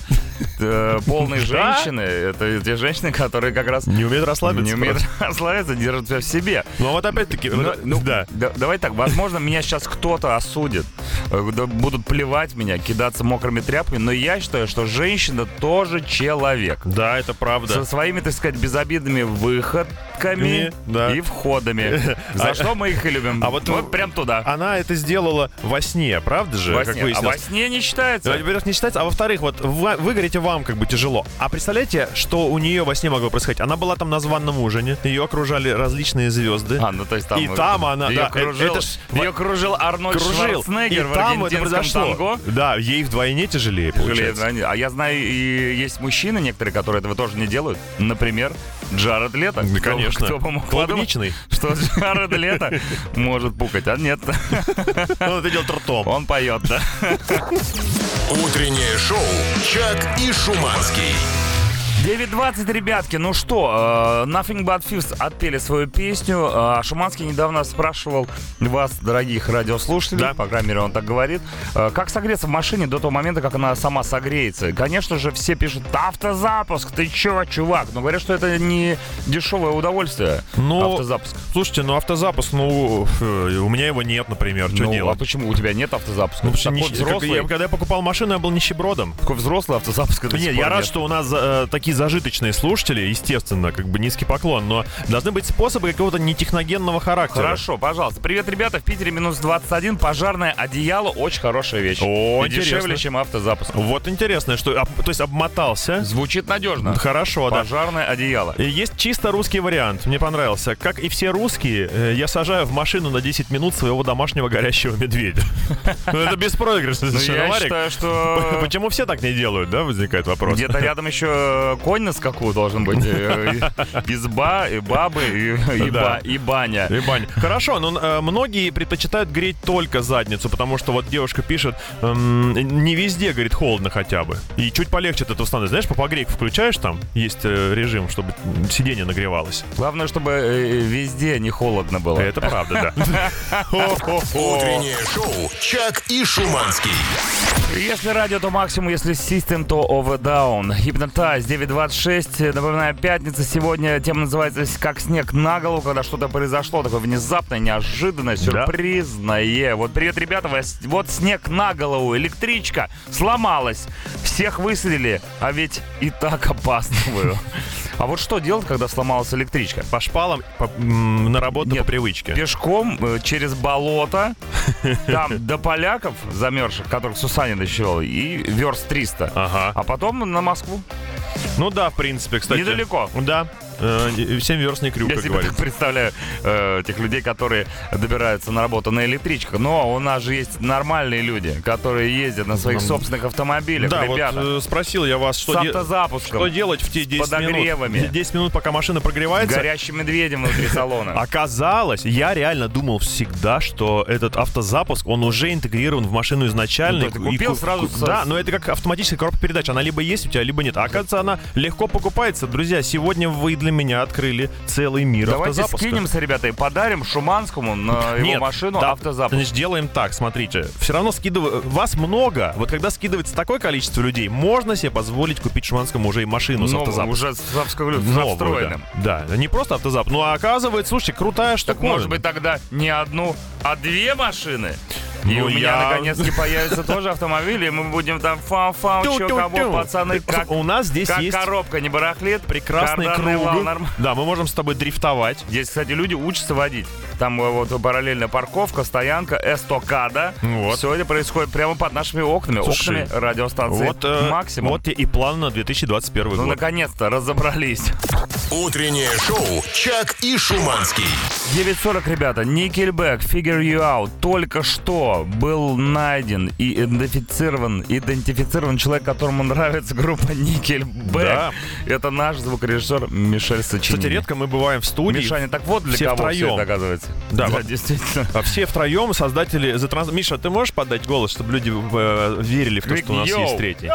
э, полные Да? женщины, это те женщины, которые как раз Не умеет расслабиться. не умеют просто. расслабиться, держат себя в себе. Ну, а вот опять-таки, Ну, вот, ну, да. да- давай так, возможно, меня сейчас кто-то осудит, э, да будут плевать в меня, кидаться мокрыми тряпками, но я считаю, что женщина тоже человек. Да, это правда. Со своими, так сказать, безобидными выходками Да. и входами. За А- что мы их и любим. а вот- вот прям туда. Она это сделала во сне, правда же? Во как сне. А выяснилось? во сне не считается. Во-первых, не считается, а во-вторых, вот в, вы говорите, в вам как бы тяжело. А представляете, что у нее во сне могло происходить? Она была там на званом ужине, ее окружали различные звезды. А, ну то есть там... И там она... Ее, да, кружил, это ж- ее кружил Арнольд кружил. Шварценеггер И в там это аргентинском произошло. танго. Да, ей вдвойне тяжелее, получается. Блин, а я знаю, и есть мужчины некоторые, которые этого тоже не делают. Например, Джаред Лето. Да, Кто- конечно. Кто бы мог подумать, Клубничный. что Джаред Лето может пукать, а нет. Он это делает ртом. Он поет, да. Утреннее шоу «Чак и Шуманский». девять двадцать, ребятки, ну что, э, Nothing But Thieves отпели свою песню. А Шуманский недавно спрашивал вас, дорогих радиослушателей, Да. по крайней мере, он так говорит, э, как согреться в машине до того момента, как она сама согреется. Конечно же, все пишут: автозапуск, ты чё, чувак? Но говорят, что это не дешевое удовольствие, Ну, автозапуск. Слушайте, ну автозапуск, ну, э, у меня его нет, например. Что Ну, делать? а почему у тебя нет автозапуска? Ну, Ты потому что такой нищ- как взрослый, я- когда я покупал машину, я был нищебродом. такой взрослый автозапуск. до сих Нет, пор я рад, нет. что у нас э, такие зажиточные слушатели, естественно, как бы низкий поклон, но должны быть способы какого-то нетехногенного характера. Хорошо, пожалуйста. Привет, ребята. В Питере минус двадцать один. Пожарное одеяло. Очень хорошая вещь. О, И интересно. дешевле, чем автозапуск. Вот интересно, что, об- то есть обмотался. Звучит надежно. Хорошо, да. Пожарное одеяло. И есть чисто русский вариант, мне понравился. Как и все русские, э, я сажаю в машину на десять минут своего домашнего горящего медведя. Ну это беспроигрышно Ну, совершенно, я Марик. считаю, что Почему все так не делают, да, возникает вопрос? где-то рядом еще конь на скаку должен быть. э, и- Изба, и бабы, и, и Да. ба- и баня. И баня. Хорошо, но э, многие предпочитают греть только задницу, потому что вот девушка пишет, эм, не везде, говорит, холодно хотя бы. И чуть полегче от этого становится. Знаешь, по погрейку включаешь, там есть э, режим, чтобы сиденье нагревалось. Главное, чтобы э, везде не холодно было. Это правда, да. Хо-хо-хо. Утреннее шоу «Чак и Шуманский». Если радио, то максимум, если System, то Overdown. Hypnotize девять двадцать шесть. Напоминаю, пятница. Сегодня тема называется «Как снег на голову», когда что-то произошло, такое внезапное, неожиданное, сюрпризное. Вот привет, ребята, вас- вот снег на голову, электричка сломалась, всех высадили, а ведь и так опаздываю. А вот что делать, когда сломалась электричка? По шпалам по- м, на работу Нет, по привычке. Пешком э, через болото, там до поляков замерзших, которых Сусанин еще, и верст триста. Ага. А потом на Москву. Ну да, в принципе, кстати. Недалеко. Да. Семь-верстный крюк, Я как себе говорится. так представляю э, тех людей, которые добираются на работу на электричках. Но у нас же есть нормальные люди, которые ездят на своих Ну, собственных автомобилях. Да, Ребята, вот э, спросил я вас, с что, де- автозапуском, что делать в те с десять подогревами. минут. десять минут, пока машина прогревается. горящим медведем внутри салона. Оказалось, я реально думал всегда, что этот автозапуск, он уже интегрирован в машину изначально. Ну, то есть ты И купил ку- сразу ку- с- Да, но это как автоматическая коробка передач. Она либо есть у тебя, либо нет. А оказывается, она легко покупается. Друзья, сегодня вы для меня открыли целый мир Давайте автозапуска. скинемся, ребята, и подарим Шуманскому на его Нет, машину да, автозапуск. Значит, делаем так, смотрите. Все равно скидываю... Вас много. Вот когда скидывается такое количество людей, можно себе позволить купить Шуманскому уже и машину с Новую, автозапуском. уже с, с, с Новую, встроенным. да. Да, не просто автозапуск. Ну, а оказывается, слушайте, крутая штука. Так может быть тогда не одну, а две машины? И Ну, у меня я- наконец-таки появится тоже автомобиль, и мы будем там фау-фау, чё, Тю-тю-тю. кого, пацаны, как, У нас здесь как есть коробка не барахлит, прекрасный карданный круг. вал норм- Да, мы можем с тобой дрифтовать. Здесь, кстати, люди учатся водить. Там э, вот параллельно парковка, стоянка, эстокада. Вот. Все это происходит прямо под нашими окнами, Слушай, окнами радиостанции Вот, э, «Максимум». вот тебе и план на две тысячи двадцать первый Ну, год. наконец-то, разобрались. Утреннее шоу «Чак и Шуманский». девять сорок, ребята. Nickelback, Figure You Out. Только что был найден и идентифицирован, идентифицирован человек, которому нравится группа Nickelback. Да. Это наш звукорежиссер Мишель Сочинини. Кстати, редко мы бываем в студии. Мишаня, так вот для все кого втроем. все это оказывается. Да, да вот. действительно. А все втроем создатели The Trans... Миша, ты можешь подать голос, чтобы люди э, верили в то, что у нас Йоу. есть третий?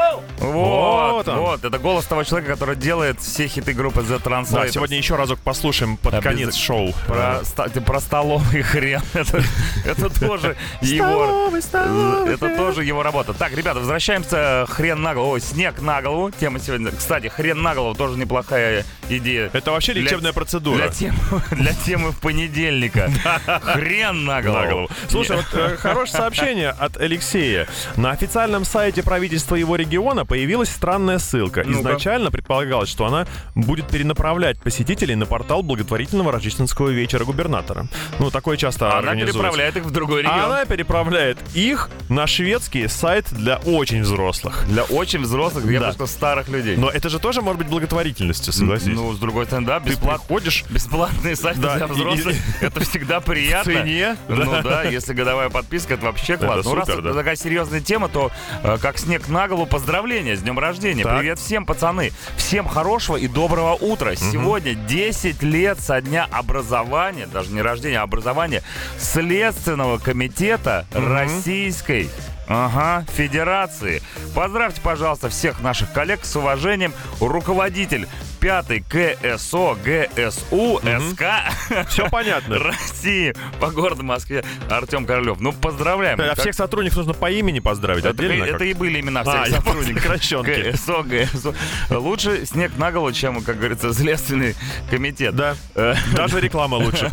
Вот, Вот он. вот, это голос того человека, который делает все хиты группы The Translators. Да, сегодня еще разок послушаем под Обяза- конец шоу. Про, ста- про столовый хрен. Это, это тоже его. Это тоже его работа. Так, ребята, возвращаемся. Хрен на голову. Ой, снег на голову. Тема сегодня. Кстати, хрен на голову тоже неплохая идея. Это вообще Для- лечебная процедура. Для темы, для темы в понедельника. Хрен на голову. На голову. Слушай, вот э, хорошее сообщение от Алексея. На официальном сайте правительства его региона появилась странная ссылка. Ну-ка. Изначально предполагалось, что она будет перенаправлена перенаправлять посетителей на портал благотворительного рождественского вечера губернатора. Ну, такое часто Она организуется. переправляет их в другой регион. А она переправляет их на шведский сайт для очень взрослых. Для очень взрослых, я Да. бы сказал, старых людей. Но это же тоже может быть благотворительностью, согласись. Ну, с другой стороны, да, Ты бесплат... приходишь бесплатные сайты Да, для и- взрослых. и- Это всегда приятно. в цене. Ну да, если годовая подписка, это вообще классно. Ну, раз супер, это да. такая серьезная тема, то э, как снег на голову, поздравления с днем рождения. Так. Привет всем, пацаны. Всем хорошего и доброго утра. Сегодня десять лет со дня образования, даже не рождения, а образования Следственного комитета Российской Ага, Федерации. Поздравьте, пожалуйста, всех наших коллег с уважением. Руководитель пятой КСО ГСУ СК Все понятно. России по городу Москве Артем Королев. Ну, поздравляем. А Как- всех сотрудников нужно по имени поздравить это, отдельно. это как? и были имена всех А, я сотрудников. понял, сокращенки. КСО, ГСО. Лучше снег на голову, чем, как говорится, Следственный комитет. Да, Э, даже реклама лучше.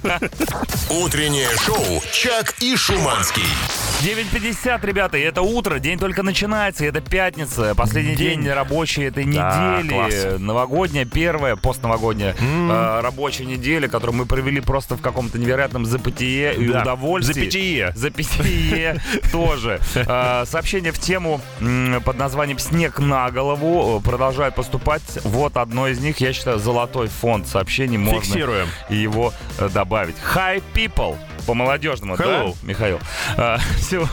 Утреннее шоу «Чак и Шуманский». девять пятьдесят, ребята, и это утро, день только начинается, и это пятница, последний день, День. рабочий этой Да, недели, класс. новогодняя, первая, постновогодняя э, рабочая неделя, которую мы провели просто в каком-то невероятном запытие и Да. удовольствии. Запятие. Запятие тоже. Э, Сообщение в тему м, под названием «Снег на голову» продолжает поступать. Вот одно из них, я считаю, золотой фонд сообщений. Можно Фиксируем. его э, добавить. Hi, people. По-молодежному, Hello. да, Михаил? А, сего-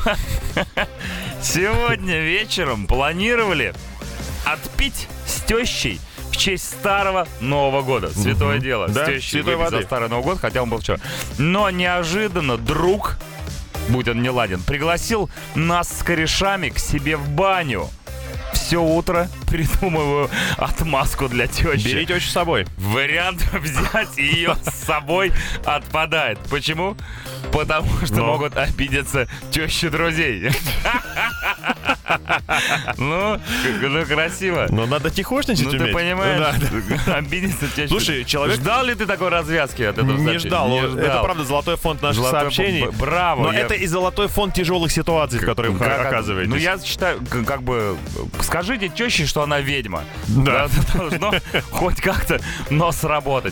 Сегодня вечером планировали отпить с тещей в честь старого Нового года. Святое дело. Да, С тещей святой выпить воды. за старый Новый год, хотя он был вчера. Но неожиданно друг, будь он не ладен, пригласил нас с корешами к себе в баню. Все утро придумываю отмазку для тещи. Бери тещу с собой. Вариант взять ее с собой отпадает. Почему? Потому что Но. могут обидеться тещи друзей. Ну, к- ну, красиво. Но надо тихошничать Ну, ты уметь. понимаешь, Да. обидеться теща. Слушай, человек- Ждал ли ты такой развязки от этого Не сообщения? ждал. Не Это ждал. правда золотой фонд наших Золотой сообщений. фонд. Б- браво, Но я- это и золотой фонд тяжелых ситуаций, в которых вы Как- оказываетесь. Ну, я считаю, к- как бы, скажите теще, что она ведьма. Да. Это должно хоть как-то, но сработать.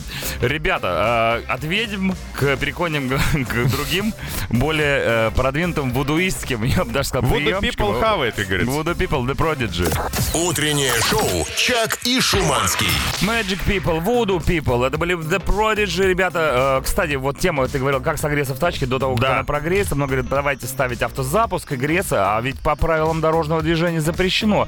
Ребята, э, от ведьм к переходим к, к другим, более э, продвинутым вудуистским, я бы даже сказал, Voodoo приемчикам. people хавает, как говорится. Voodoo people, the prodigy. Утреннее шоу «Чак и Шуманский». Magic people, voodoo people. Это были The Prodigy, ребята. Э, кстати, вот тема, ты говорил, как согреться в тачке до того, как Да. она прогреется. Много говорят, давайте ставить автозапуск и греться. А ведь по правилам дорожного движения запрещено,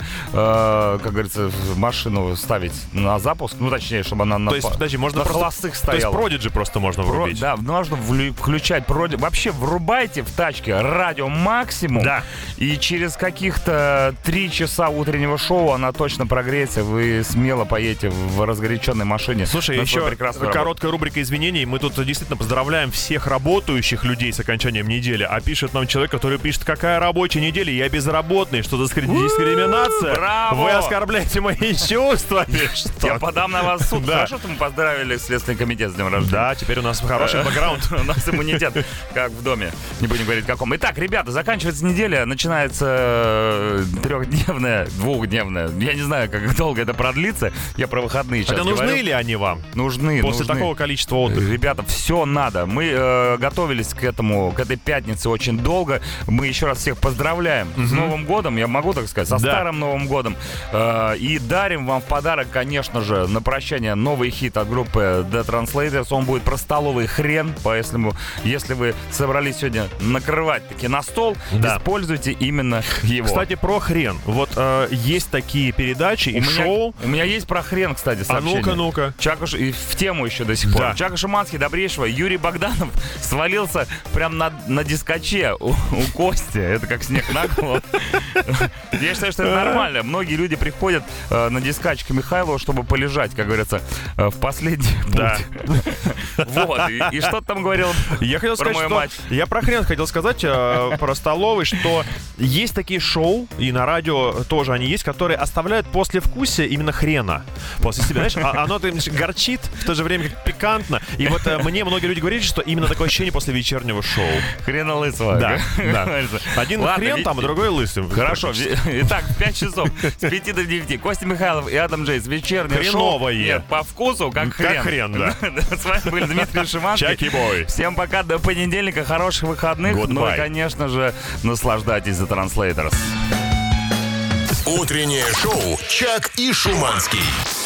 э, как говорится, машину ставить на запуск. Ну, точнее, чтобы она на, То есть, по- подожди, можно на просто... холостых То стояла. есть Prodigy просто можно Про- врубить. да, нужно влю- включать проди. Вообще врубайте в тачке радио максимум. Да. И через каких-то три часа утреннего шоу она точно прогреется. Вы смело поедете в разгоряченной машине. Слушай, на свою еще прекрасную работу. короткая рубрика извинений. Мы тут действительно поздравляем всех работающих людей с окончанием недели. А пишет нам человек, который пишет, какая рабочая неделя, я безработный, что за скри- дискриминация? Браво! Вы оскорбляете мои чувства. Я подам на вас в суд. Да. Хорошо, что мы поздравили Следственный комитет с днем рождения. Да, теперь у нас хороший бэкграунд. У нас иммунитет, как в доме. Не будем говорить каком. Итак, ребята, заканчивается неделя, начинается э, трехдневная, двухдневная. Я не знаю, как долго это продлится. Я про выходные сейчас Хотя нужны говорю. ли они вам? Нужны, После нужны. такого количества отдыха. Ребята, все надо. Мы э, готовились к этому, к этой пятнице очень долго. Мы еще раз всех поздравляем с Новым годом, я могу так сказать, со Да. старым Новым годом. Э, и дарим вам в подарок, конечно же, на прощание новый хит от группы The Translators. Он будет про столовый хрен, поэтому, если вы собрались сегодня накрывать таки на стол, Да. используйте именно его. Кстати, про хрен. Вот э, есть такие передачи у и меня, шоу. у меня есть про хрен, кстати, А сообщение. ну-ка, ну-ка. Чак и в тему еще до сих пор. Да. Чак Шуманский, добрейшего. Юрий Богданов свалился прям на, на дискоче у, у Кости. Это как снег на голову. Я считаю, что это нормально. Многие люди приходят э, на дискачке Михайлова, чтобы полежать, как говорится, э, в последний путь. Да. Вот. И, и что ты там говорил Я хотел про сказать, мой что... матч? Я про хрен хотел сказать, э, про столовый, что есть такие шоу, шоу, и на радио тоже они есть, которые оставляют послевкусие именно хрена после себя. Знаешь, а- оно горчит, в то же время как пикантно. И вот э, мне многие люди говорили, что именно такое ощущение после вечернего шоу. Хрена лысого. Да, да. Один Ладно, хрен ведь- там, а другой лысым. Хорошо. Итак, в пять часов с пяти до девяти Костя Михайлов и Адам Джейс. Вечернее шоу. Хреновое. Нет, по вкусу, как хрен. Как хрен, да. С вами был Дмитрий Шиманский. Чаки-бой. Всем пока, до понедельника, хороших выходных. Goodbye. Ну и, конечно же, наслаждайтесь The Translators. Утреннее шоу «Чак и Шуманский».